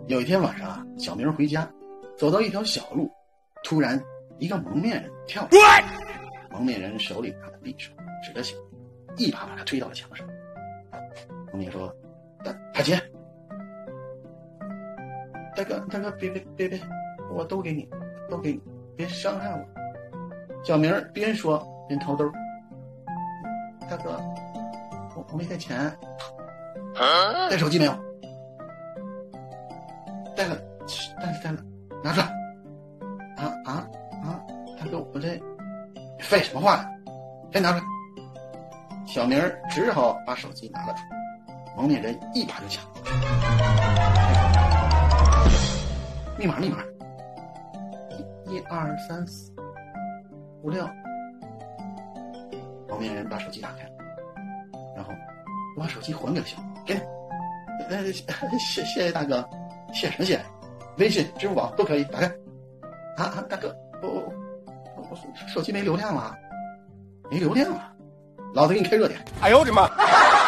有一天晚上啊，小明回家，走到一条小路，突然一个蒙面人跳出来，蒙面人手里拿着匕首，指着小明，一把把他推到了墙上。蒙面说：“大姐，大哥，别，我都给你，别伤害我。”小明边说边掏兜：“大哥，我没带钱，带手机没有？带了，拿出来。大哥，我这废什么话呀？先拿出来。”小明只好把手机拿了出来，蒙面人一把就抢过去。密码1234566。蒙面人把手机打开了，然后我把手机还给了小明，给你。谢谢大哥，谢什么谢？微信、支付宝都可以，打开。大哥，我手机没流量了，老子给你开热点。 哎呦我的妈！